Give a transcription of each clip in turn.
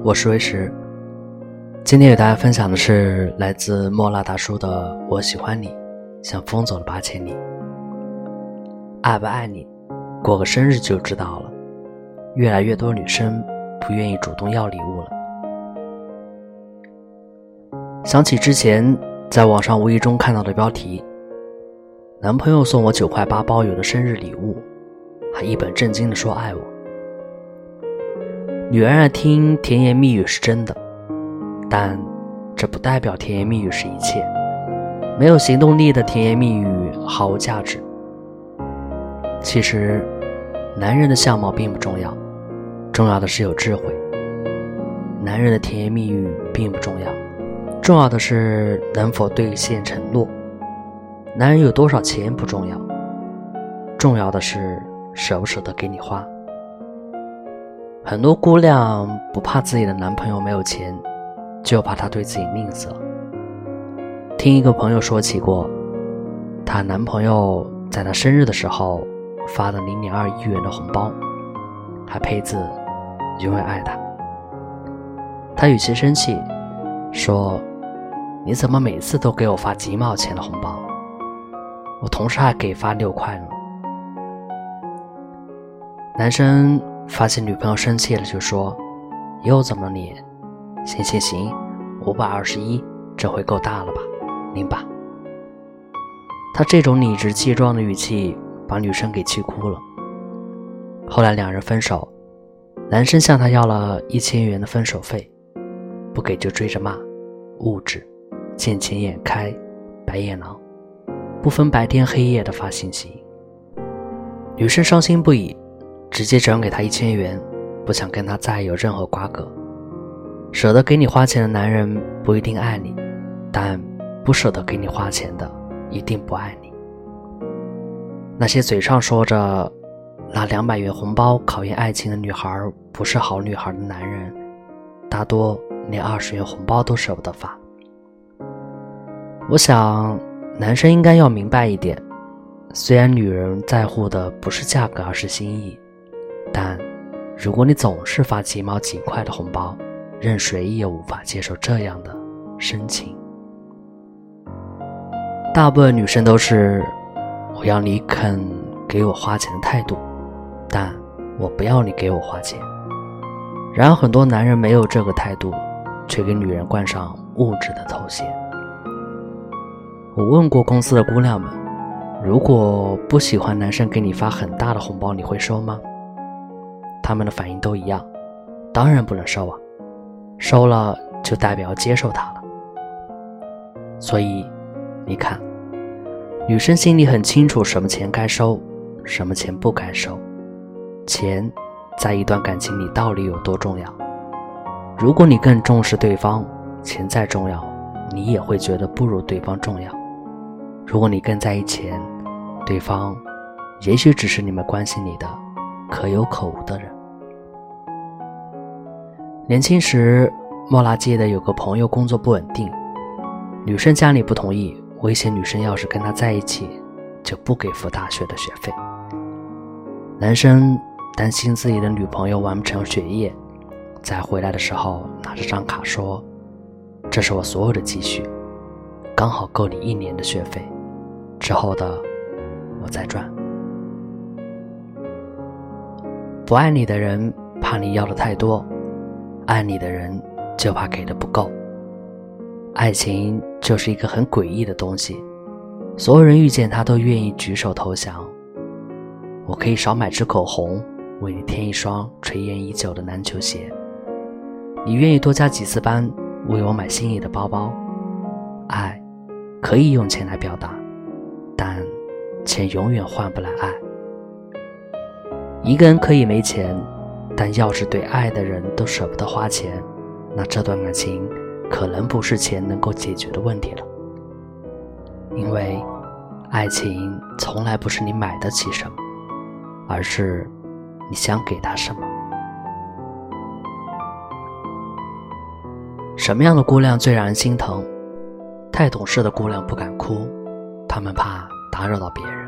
我是魏石。今天给大家分享的是来自莫拉大叔的《我喜欢你，像风走了8000里》。爱不爱你，过个生日就知道了。越来越多女生不愿意主动要礼物了。想起之前在网上无意中看到的标题，男朋友送我9块8包邮的生日礼物，还一本正经地说爱我。女人爱听甜言蜜语是真的，但这不代表甜言蜜语是一切。没有行动力的甜言蜜语毫无价值。其实男人的相貌并不重要，重要的是有智慧。男人的甜言蜜语并不重要，重要的是能否兑现承诺。男人有多少钱不重要，重要的是舍不舍得给你花。很多姑娘不怕自己的男朋友没有钱，就怕他对自己吝啬。听一个朋友说起过，她男朋友在她生日的时候发了0.2亿元的红包，还配字因为爱她。她语气生气说，你怎么每次都给我发几毛钱的红包，我同时还给发6块呢。男生发现女朋友生气了就说，又怎么了你？行，521这回够大了吧，领吧。他这种理直气壮的语气把女生给气哭了。后来两人分手，男生向她要了1000元的分手费，不给就追着骂，物质，见钱眼开，白眼狼，不分白天黑夜的发信息。女生伤心不已，直接转给他1000元，不想跟他再有任何瓜葛。舍得给你花钱的男人不一定爱你，但不舍得给你花钱的一定不爱你。那些嘴上说着拿200元红包考验爱情的女孩不是好女孩的男人，大多连20元红包都舍不得发。我想男生应该要明白一点，虽然女人在乎的不是价格而是心意，但如果你总是发几毛几块的红包，任谁也无法接受这样的深情。大部分女生都是我要你肯给我花钱的态度，但我不要你给我花钱。然而很多男人没有这个态度，却给女人冠上物质的头衔。我问过公司的姑娘们，如果不喜欢男生给你发很大的红包，你会收吗？他们的反应都一样，当然不能收啊，收了就代表接受他了。所以你看，女生心里很清楚什么钱该收，什么钱不该收。钱在一段感情里到底有多重要？如果你更重视对方，钱再重要，你也会觉得不如对方重要。如果你更在意钱，对方也许只是你们关系里的可有可无的人。年轻时，莫拉记得有个朋友工作不稳定，女生家里不同意，威胁女生要是跟他在一起，就不给付大学的学费。男生担心自己的女朋友完不成学业，在回来的时候拿着张卡说，这是我所有的积蓄，刚好够你1年的学费，之后的我再赚。不爱你的人怕你要的太多，爱你的人就怕给的不够。爱情就是一个很诡异的东西，所有人遇见他都愿意举手投降。我可以少买支口红，为你添一双垂涎已久的篮球鞋。你愿意多加几次班，为我买心仪的包包。爱可以用钱来表达，但钱永远换不来爱。一个人可以没钱，但要是对爱的人都舍不得花钱，那这段感情可能不是钱能够解决的问题了。因为爱情从来不是你买得起什么，而是你想给他什么。什么样的姑娘最让人心疼？太懂事的姑娘不敢哭，她们怕打扰到别人。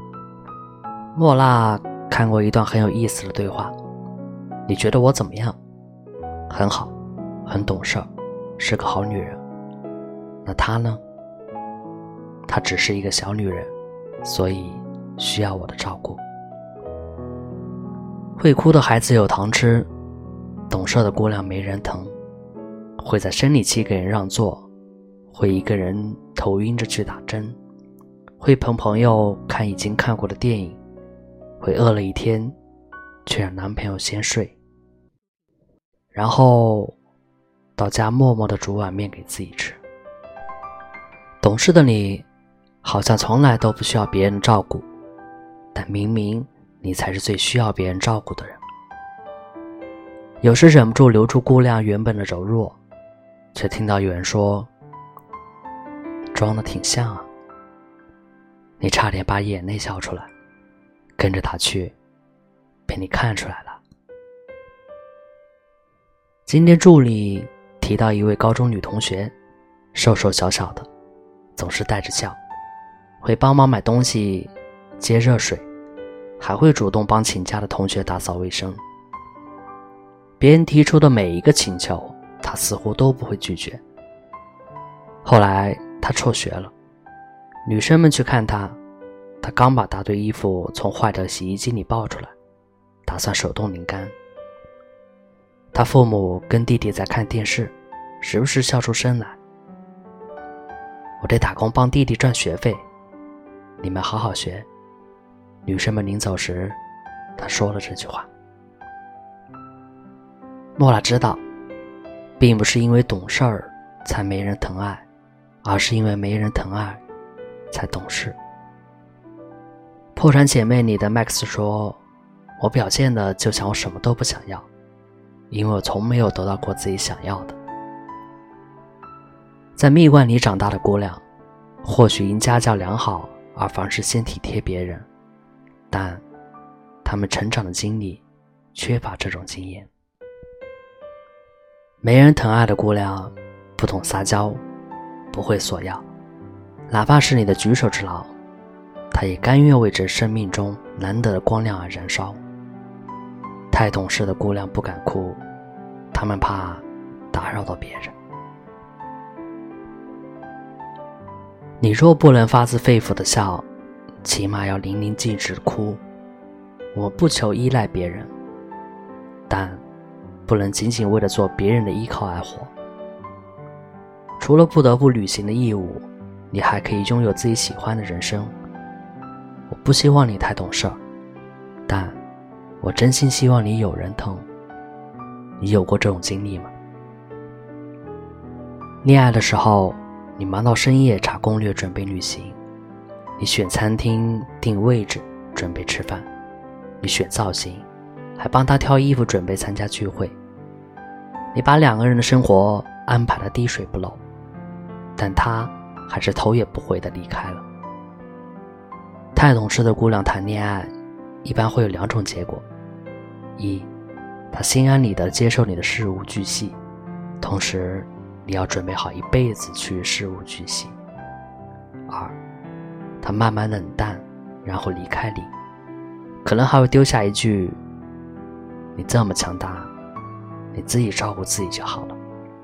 莫娜看过一段很有意思的对话，你觉得我怎么样？ 很好，很懂事，是个好女人。那她呢？她只是一个小女人，所以需要我的照顾。会哭的孩子有糖吃，懂事的姑娘没人疼，会在生理期给人让座，会一个人头晕着去打针，会陪朋友看已经看过的电影，会饿了一天却让男朋友先睡，然后到家默默地煮碗面给自己吃。懂事的你好像从来都不需要别人照顾，但明明你才是最需要别人照顾的人。有时忍不住留住姑娘原本的柔弱，却听到有人说，装得挺像啊。你差点把眼泪笑出来，跟着他去，被你看出来了。今天助理提到一位高中女同学，瘦瘦小小的，总是带着笑，会帮忙买东西，接热水，还会主动帮请假的同学打扫卫生。别人提出的每一个请求，她似乎都不会拒绝。后来她辍学了，女生们去看她，她刚把大堆衣服从坏的洗衣机里抱出来，打算手动拧干。她父母跟弟弟在看电视，时不时笑出声来。我得打工帮弟弟赚学费，你们好好学。女生们临走时，她说了这句话。莫拉知道，并不是因为懂事儿才没人疼爱，而是因为没人疼爱才懂事。破产姐妹里的 Max 说，我表现的就像我什么都不想要，因为我从没有得到过自己想要的。在蜜罐里长大的姑娘，或许因家教良好而凡事先体贴别人，但她们成长的经历缺乏这种经验。没人疼爱的姑娘，不懂撒娇，不会索要，哪怕是你的举手之劳，她也甘愿为这生命中难得的光亮而燃烧。太懂事的姑娘不敢哭，她们怕打扰到别人。你若不能发自肺腑的笑，起码要淋漓尽致的哭。我们不求依赖别人，但不能仅仅为了做别人的依靠而活。除了不得不履行的义务，你还可以拥有自己喜欢的人生。我不希望你太懂事儿，但我真心希望你有人疼。你有过这种经历吗？恋爱的时候，你忙到深夜查攻略准备旅行，你选餐厅订位置准备吃饭，你选造型还帮他挑衣服准备参加聚会，你把两个人的生活安排得滴水不漏，但他还是头也不回地离开了。太懂事的姑娘谈恋爱一般会有两种结果：一，她心安理得接受你的事无巨细，同时你要准备好一辈子去事无巨细；二，她慢慢冷淡，然后离开你，可能还会丢下一句，你这么强大，你自己照顾自己就好了。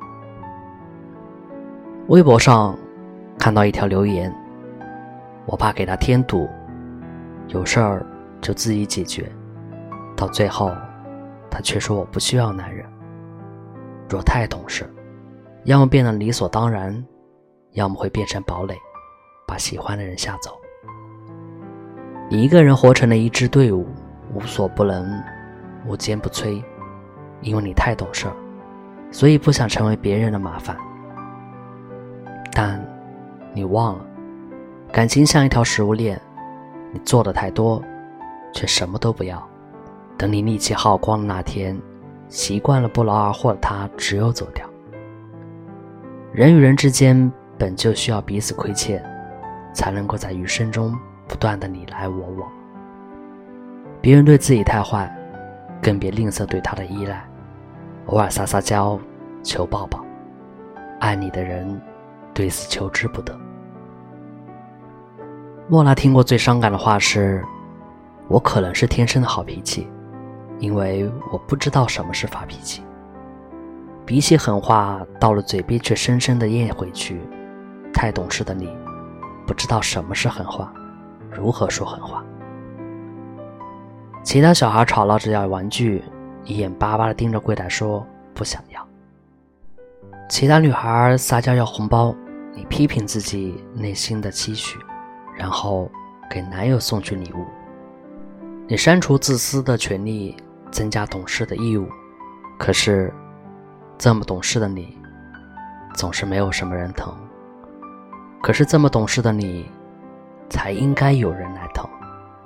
微博上看到一条留言，我怕给他添堵，有事儿就自己解决，到最后他却说我不需要男人。若太懂事，要么变得理所当然，要么会变成堡垒，把喜欢的人吓走。你一个人活成了一支队伍，无所不能，无坚不摧，因为你太懂事，所以不想成为别人的麻烦。但你忘了，感情像一条食物链，你做的太多，却什么都不要，等你力气耗光的那天，习惯了不劳而获的他只有走掉。人与人之间本就需要彼此亏欠，才能够在余生中不断的你来我往。别人对自己太坏，更别吝啬对他的依赖，偶尔撒撒娇，求抱抱。爱你的人对此求之不得。莫拉听过最伤感的话是，我可能是天生的好脾气，因为我不知道什么是发脾气。 比起狠话到了嘴边却深深地咽回去，太懂事的你不知道什么是狠话，如何说狠话。其他小孩吵闹着要玩具，你眼巴巴地盯着柜台说不想要。其他女孩撒娇要红包，你批评自己内心的期许，然后给男友送去礼物。你删除自私的权利，增加懂事的义务，可是这么懂事的你总是没有什么人疼，可是这么懂事的你才应该有人来疼。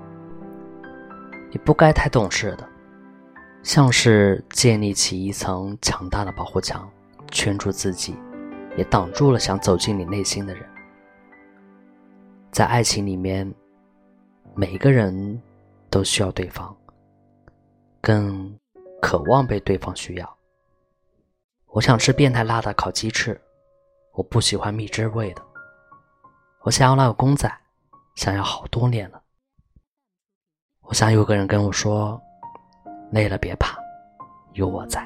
你不该太懂事的，像是建立起一层强大的保护墙，圈住自己，也挡住了想走进你内心的人。在爱情里面，每一个人都需要对方，更渴望被对方需要。我想吃变态辣的烤鸡翅，我不喜欢蜜汁味的。我想要那个公仔，想要好多年了。我想有个人跟我说，累了别怕，有我在。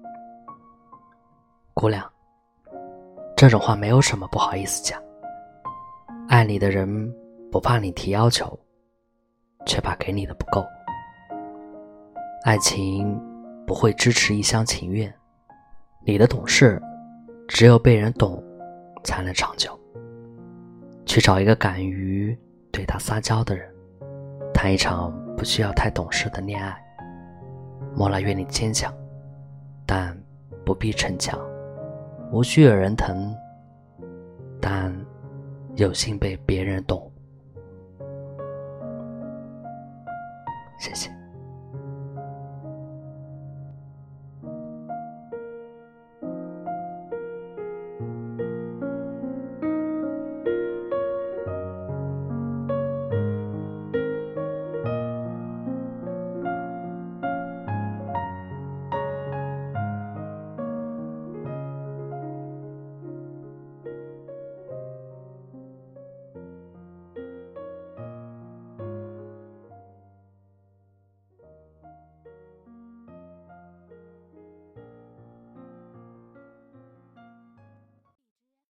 姑娘，这种话没有什么不好意思讲。爱你的人不怕你提要求，却怕给你的不够。爱情不会支持一厢情愿，你的懂事只有被人懂才能长久。去找一个敢于对他撒娇的人，谈一场不需要太懂事的恋爱。莫拉愿你坚强，但不必逞强，无需有人疼，但有幸被别人懂。谢谢。